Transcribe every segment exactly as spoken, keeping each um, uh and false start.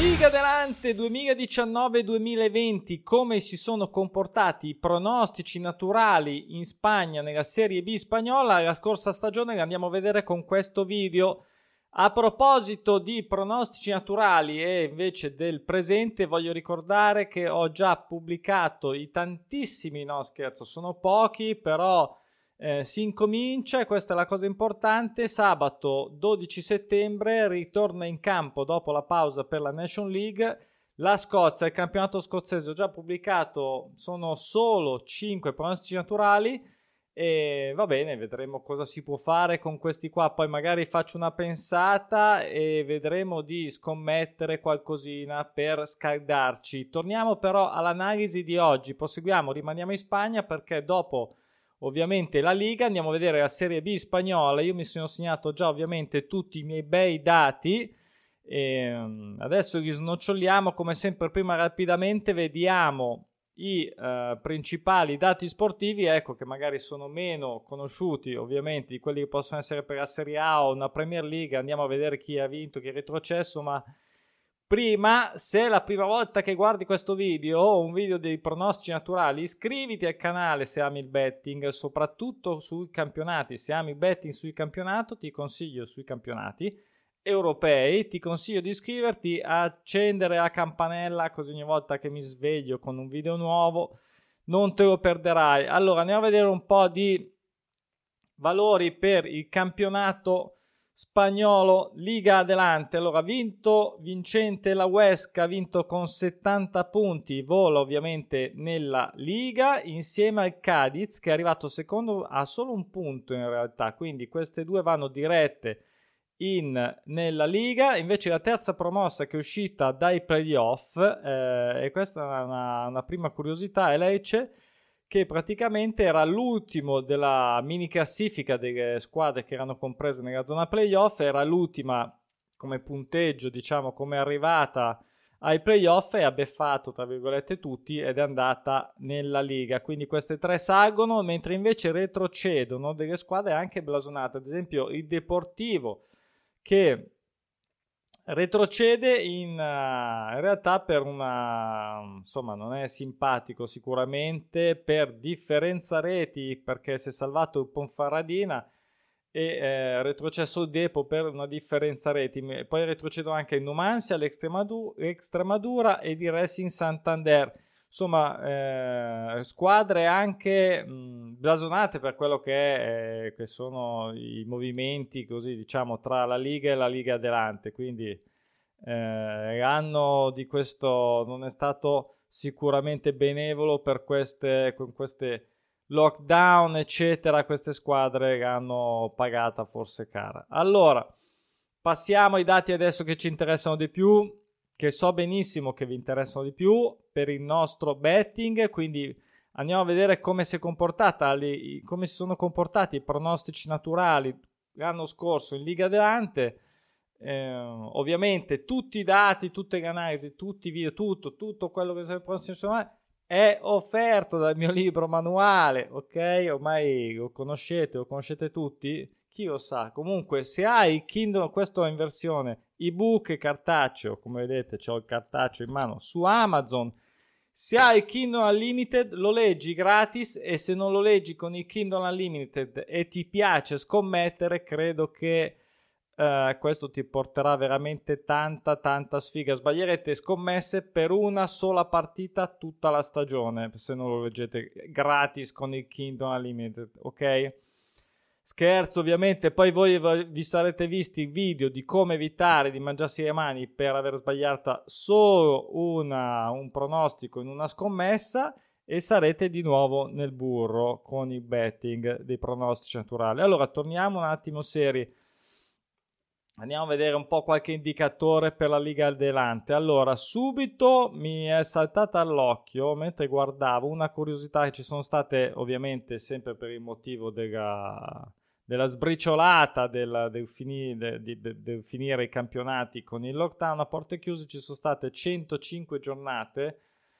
Liga Adelante duemiladiciannove duemilaventi, come si sono comportati i pronostici naturali in Spagna nella Serie B spagnola la scorsa stagione, la andiamo a vedere con questo video. A proposito di pronostici naturali e invece del presente, voglio ricordare che ho già pubblicato i tantissimi, no scherzo, sono pochi, però eh, si incomincia e questa è la cosa importante. Sabato dodici settembre ritorna in campo dopo la pausa per la Nation League la Scozia, il campionato scozzese. Ho già pubblicato, sono solo cinque pronostici naturali e va bene, vedremo cosa si può fare con questi qua, poi magari faccio una pensata e vedremo di scommettere qualcosina per scaldarci. Torniamo però all'analisi di oggi, proseguiamo, rimaniamo in Spagna perché dopo ovviamente la Liga andiamo a vedere la Serie B spagnola. Io mi sono segnato già ovviamente tutti i miei bei dati e adesso li snoccioliamo come sempre. Prima rapidamente vediamo i uh, principali dati sportivi, ecco, che magari sono meno conosciuti ovviamente di quelli che possono essere per la Serie A o una Premier League. Andiamo a vedere chi ha vinto, chi è retrocesso, ma prima, se è la prima volta che guardi questo video o un video dei pronostici naturali, iscriviti al canale se ami il betting, soprattutto sui campionati. Se ami il betting sui campionati, ti consiglio sui campionati europei, ti consiglio di iscriverti, accendere la campanella così ogni volta che mi sveglio con un video nuovo non te lo perderai. Allora andiamo a vedere un po' di valori per il campionato spagnolo, Liga Adelante. Allora, vinto vincente la Huesca, ha vinto con settanta punti, vola ovviamente nella Liga insieme al Cadiz che è arrivato secondo, a solo un punto in realtà, quindi queste due vanno dirette in nella Liga. Invece la terza promossa che è uscita dai playoff, eh, e questa è una, una prima curiosità, è Lecce, che praticamente era l'ultimo della mini classifica delle squadre che erano comprese nella zona playoff, era l'ultima come punteggio, diciamo, come arrivata ai playoff e ha beffato tra virgolette tutti ed è andata nella Liga. Quindi queste tre salgono, mentre invece retrocedono delle squadre anche blasonate, ad esempio il Deportivo che retrocede in, uh, in realtà per una, insomma, non è simpatico sicuramente per differenza reti, perché si è salvato il Ponferradina e eh, retrocesso il Depo per una differenza reti. Poi retrocedo anche il Numancia, l'Extremadura ed il Racing Santander. Insomma, eh, squadre anche mh, blasonate per quello che, è, eh, che sono i movimenti, così diciamo, tra la Liga e la Liga Adelante. Quindi eh, l'anno di questo non è stato sicuramente benevolo per queste, con queste lockdown, eccetera. Queste squadre l'hanno pagata forse cara. Allora, passiamo ai dati adesso che ci interessano di più, che so benissimo che vi interessano di più per il nostro betting, quindi andiamo a vedere come si è comportata li, come si sono comportati i pronostici naturali l'anno scorso in Liga Adelante. Eh, ovviamente tutti i dati, tutte le analisi, tutti i video, tutto, tutto quello che serve per è offerto dal mio libro manuale, ok? Ormai lo conoscete, lo conoscete tutti, chi lo sa. Comunque, se hai il Kindle, questo è in versione ebook e cartaceo, come vedete c'ho il cartaceo in mano su Amazon. Se hai il Kindle Unlimited lo leggi gratis, e se non lo leggi con il Kindle Unlimited e ti piace scommettere, credo che Uh, questo ti porterà veramente tanta tanta sfiga. Sbaglierete scommesse per una sola partita tutta la stagione se non lo leggete gratis con il Kindle Unlimited, ok? Scherzo ovviamente. Poi voi vi sarete visti il video di come evitare di mangiarsi le mani per aver sbagliato solo una, un pronostico in una scommessa e sarete di nuovo nel burro con il betting dei pronostici naturali. Allora torniamo un attimo seri. Andiamo a vedere un po' qualche indicatore per la Liga Adelante. Allora, subito mi è saltata all'occhio, mentre guardavo, una curiosità che ci sono state, ovviamente sempre per il motivo della, della sbriciolata del, del, fini, de, de, de, del finire i campionati con il lockdown a porte chiuse. Ci sono state centocinque giornate,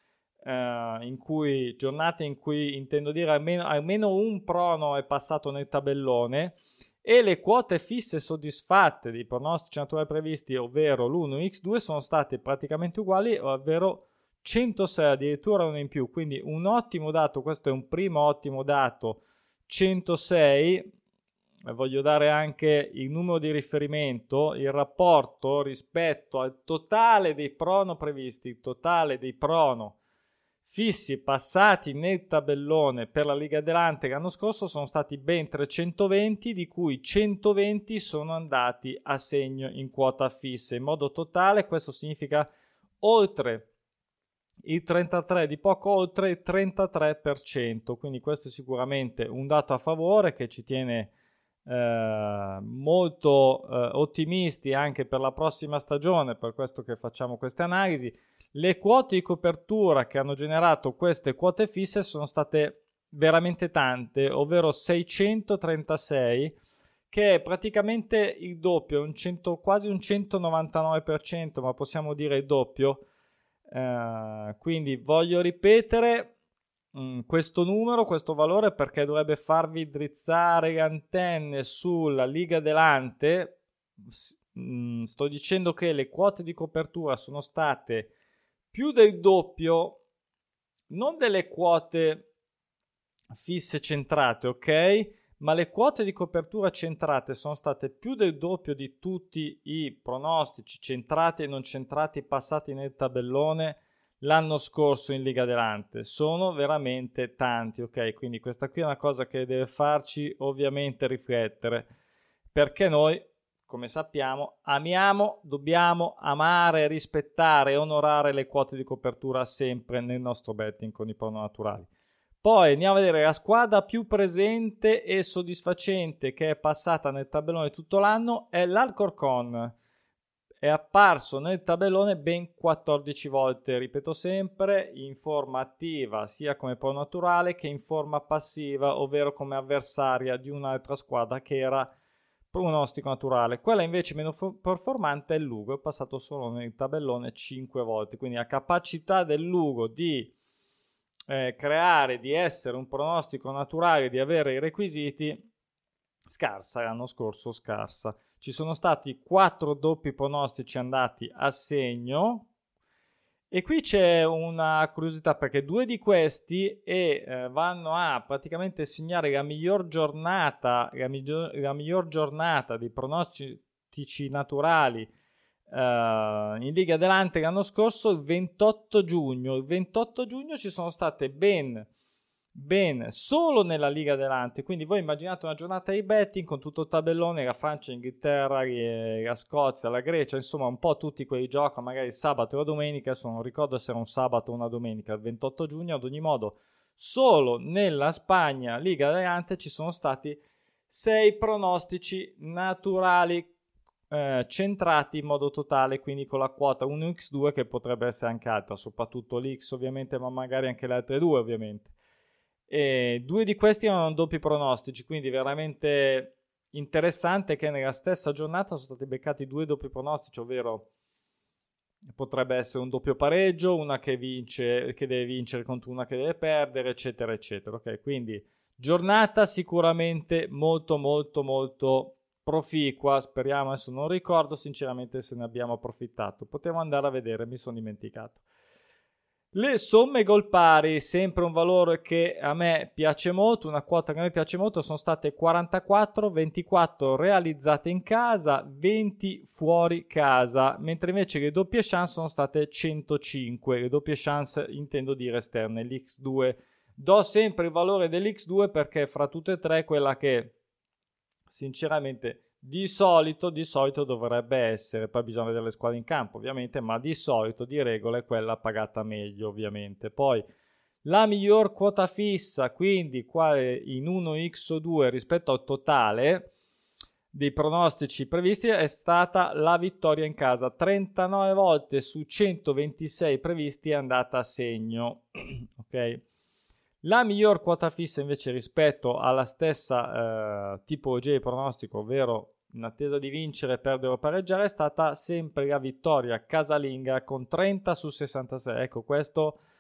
eh, in cui, giornate in cui intendo dire almeno, almeno un prono è passato nel tabellone. e le quote fisse soddisfatte dei pronostici naturali previsti, ovvero l'uno ics due, sono state praticamente uguali, ovvero centosei, addirittura uno in più, quindi un ottimo dato. Questo è un primo ottimo dato, centosei. Voglio dare anche il numero di riferimento, il rapporto rispetto al totale dei prono previsti, il totale dei prono fissi passati nel tabellone per la Liga Adelante l'anno scorso sono stati ben trecentoventi, di cui centoventi sono andati a segno in quota fissa in modo totale. Questo significa oltre il trentatré, di poco oltre il trentatré per cento, quindi questo è sicuramente un dato a favore che ci tiene eh, molto eh, ottimisti anche per la prossima stagione, per questo che facciamo queste analisi. Le quote di copertura che hanno generato queste quote fisse sono state veramente tante, ovvero seicentotrentasei, che è praticamente il doppio, un cento, quasi un centonovantanove per cento, ma possiamo dire il doppio. Uh, quindi voglio ripetere mh, questo numero, questo valore, perché dovrebbe farvi drizzare le antenne sulla Liga Adelante. Mh, sto dicendo che le quote di copertura sono state più del doppio, non delle quote fisse centrate, ok? Ma le quote di copertura centrate sono state più del doppio di tutti i pronostici centrati e non centrati passati nel tabellone l'anno scorso in Liga Adelante. Sono veramente tanti, ok? Quindi questa qui è una cosa che deve farci ovviamente riflettere, perché noi, come sappiamo, amiamo, dobbiamo amare, rispettare e onorare le quote di copertura sempre nel nostro betting con i prono naturali. Poi andiamo a vedere la squadra più presente e soddisfacente che è passata nel tabellone tutto l'anno è l'Alcorcon. È apparso nel tabellone ben quattordici volte, ripeto sempre, in forma attiva sia come pro naturale che in forma passiva, ovvero come avversaria di un'altra squadra che era pronostico naturale. Quella invece meno performante è il Lugo, è passato solo nel tabellone cinque volte, quindi la capacità del Lugo di Eh, creare, di essere un pronostico naturale, di avere i requisiti, scarsa. L'anno scorso scarsa. Ci sono stati quattro doppi pronostici andati a segno, e qui c'è una curiosità, perché due di questi e, eh, vanno a praticamente segnare la miglior giornata la miglior, la miglior giornata dei pronostici naturali Uh, in Liga Adelante l'anno scorso, il ventotto giugno. Il ventotto giugno ci sono state ben, ben solo nella Liga Adelante. Quindi voi immaginate una giornata di betting con tutto il tabellone, la Francia, l'Inghilterra, la Scozia, la Grecia, insomma un po' tutti quelli giocano magari il sabato e la domenica. Adesso non ricordo se era un sabato o una domenica, il ventotto giugno. Ad ogni modo, solo nella Spagna Liga Adelante ci sono stati sei pronostici naturali Eh, centrati in modo totale, quindi con la quota uno ics due, che potrebbe essere anche altra, soprattutto l'X ovviamente, ma magari anche le altre due ovviamente. E due di questi erano doppi pronostici, quindi veramente interessante che nella stessa giornata sono stati beccati due doppi pronostici, ovvero potrebbe essere un doppio pareggio, una che vince, che deve vincere contro una che deve perdere, eccetera eccetera. Ok, quindi giornata sicuramente molto molto molto proficua, speriamo. Adesso non ricordo sinceramente se ne abbiamo approfittato, potevo andare a vedere, mi sono dimenticato. Le somme gol pari, sempre un valore che a me piace molto, una quota che a me piace molto, sono state quarantaquattro, ventiquattro realizzate in casa, venti fuori casa, mentre invece le doppie chance sono state centocinque, le doppie chance intendo dire esterne, l'X due. Do sempre il valore dell'X due perché fra tutte e tre quella che sinceramente di solito di solito dovrebbe essere, poi bisogna vedere le squadre in campo ovviamente, ma di solito di regola è quella pagata meglio ovviamente. Poi la miglior quota fissa, quindi qua in uno ics due rispetto al totale dei pronostici previsti, è stata la vittoria in casa. trentanove volte su centoventisei previsti è andata a segno. Ok. La miglior quota fissa invece rispetto alla stessa eh, tipologia di pronostico, ovvero in attesa di vincere, perdere o pareggiare, è stata sempre la vittoria casalinga con trenta su sessantasei. Ecco, questo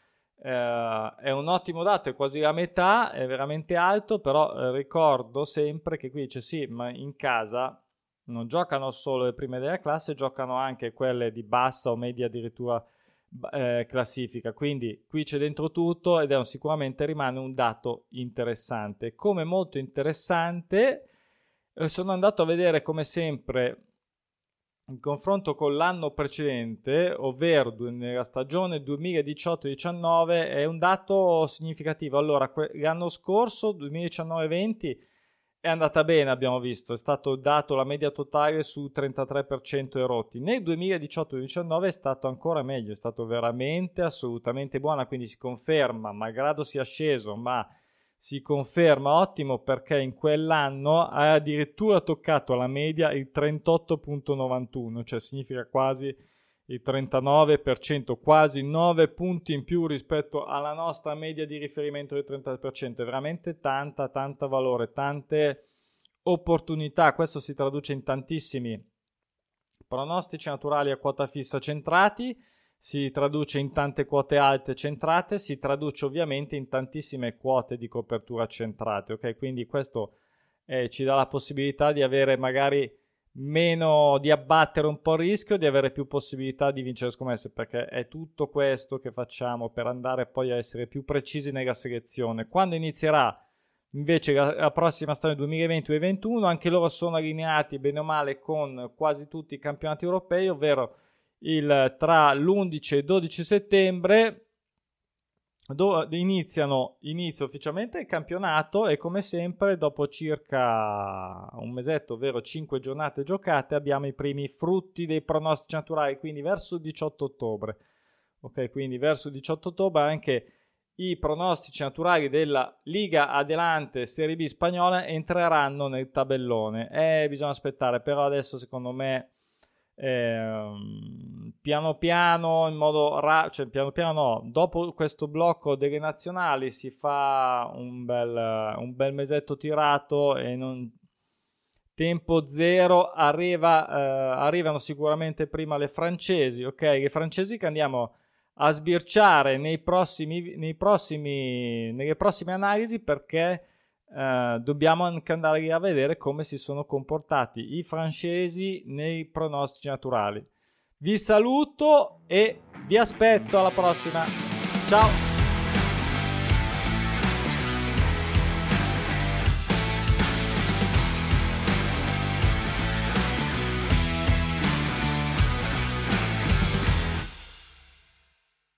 eh, è un ottimo dato, è quasi la metà, è veramente alto, però eh, ricordo sempre che qui dice sì, ma in casa non giocano solo le prime della classe, giocano anche quelle di bassa o media addirittura eh, classifica, quindi qui c'è dentro tutto ed è un, sicuramente rimane un dato interessante. Come molto interessante eh, sono andato a vedere come sempre in confronto con l'anno precedente, ovvero nella stagione duemiladiciotto diciannove, è un dato significativo. Allora, l'anno scorso, duemiladiciannove venti, è andata bene, abbiamo visto, è stato dato la media totale su trentatré per cento erotti. Nel duemiladiciotto diciannove è stato ancora meglio, è stato veramente assolutamente buona, quindi si conferma, malgrado sia sceso, ma si conferma ottimo perché in quell'anno ha addirittura toccato la media il trentotto virgola novantuno, cioè significa quasi il trentanove per cento, quasi nove punti in più rispetto alla nostra media di riferimento del trenta per cento. È veramente tanta, tanta valore, tante opportunità. Questo si traduce in tantissimi pronostici naturali a quota fissa centrati, si traduce in tante quote alte centrate, si traduce ovviamente in tantissime quote di copertura centrate, ok? Quindi questo eh, ci dà la possibilità di avere magari meno, di abbattere un po' il rischio, di avere più possibilità di vincere scommesse, perché è tutto questo che facciamo per andare poi a essere più precisi nella selezione. Quando inizierà invece la, la prossima stagione duemilaventi duemilaventuno, anche loro sono allineati bene o male con quasi tutti i campionati europei, ovvero il, tra l'undici e il dodici settembre do, iniziano, inizia ufficialmente il campionato e come sempre dopo circa un mesetto, ovvero cinque giornate giocate, abbiamo i primi frutti dei pronostici naturali, quindi verso il diciotto ottobre. Ok, quindi verso il diciotto ottobre anche i pronostici naturali della Liga Adelante Serie B spagnola entreranno nel tabellone. Eh, bisogna aspettare, però adesso secondo me Eh, piano piano in modo ra- cioè piano piano no, dopo questo blocco delle nazionali si fa un bel, un bel mesetto tirato e non tempo zero arriva, eh, arrivano sicuramente prima le francesi, ok, le francesi che andiamo a sbirciare nei prossimi, nei prossimi nelle prossime analisi, perché Uh, dobbiamo anche andare a vedere come si sono comportati i francesi nei pronostici naturali. Vi saluto e vi aspetto alla prossima. Ciao!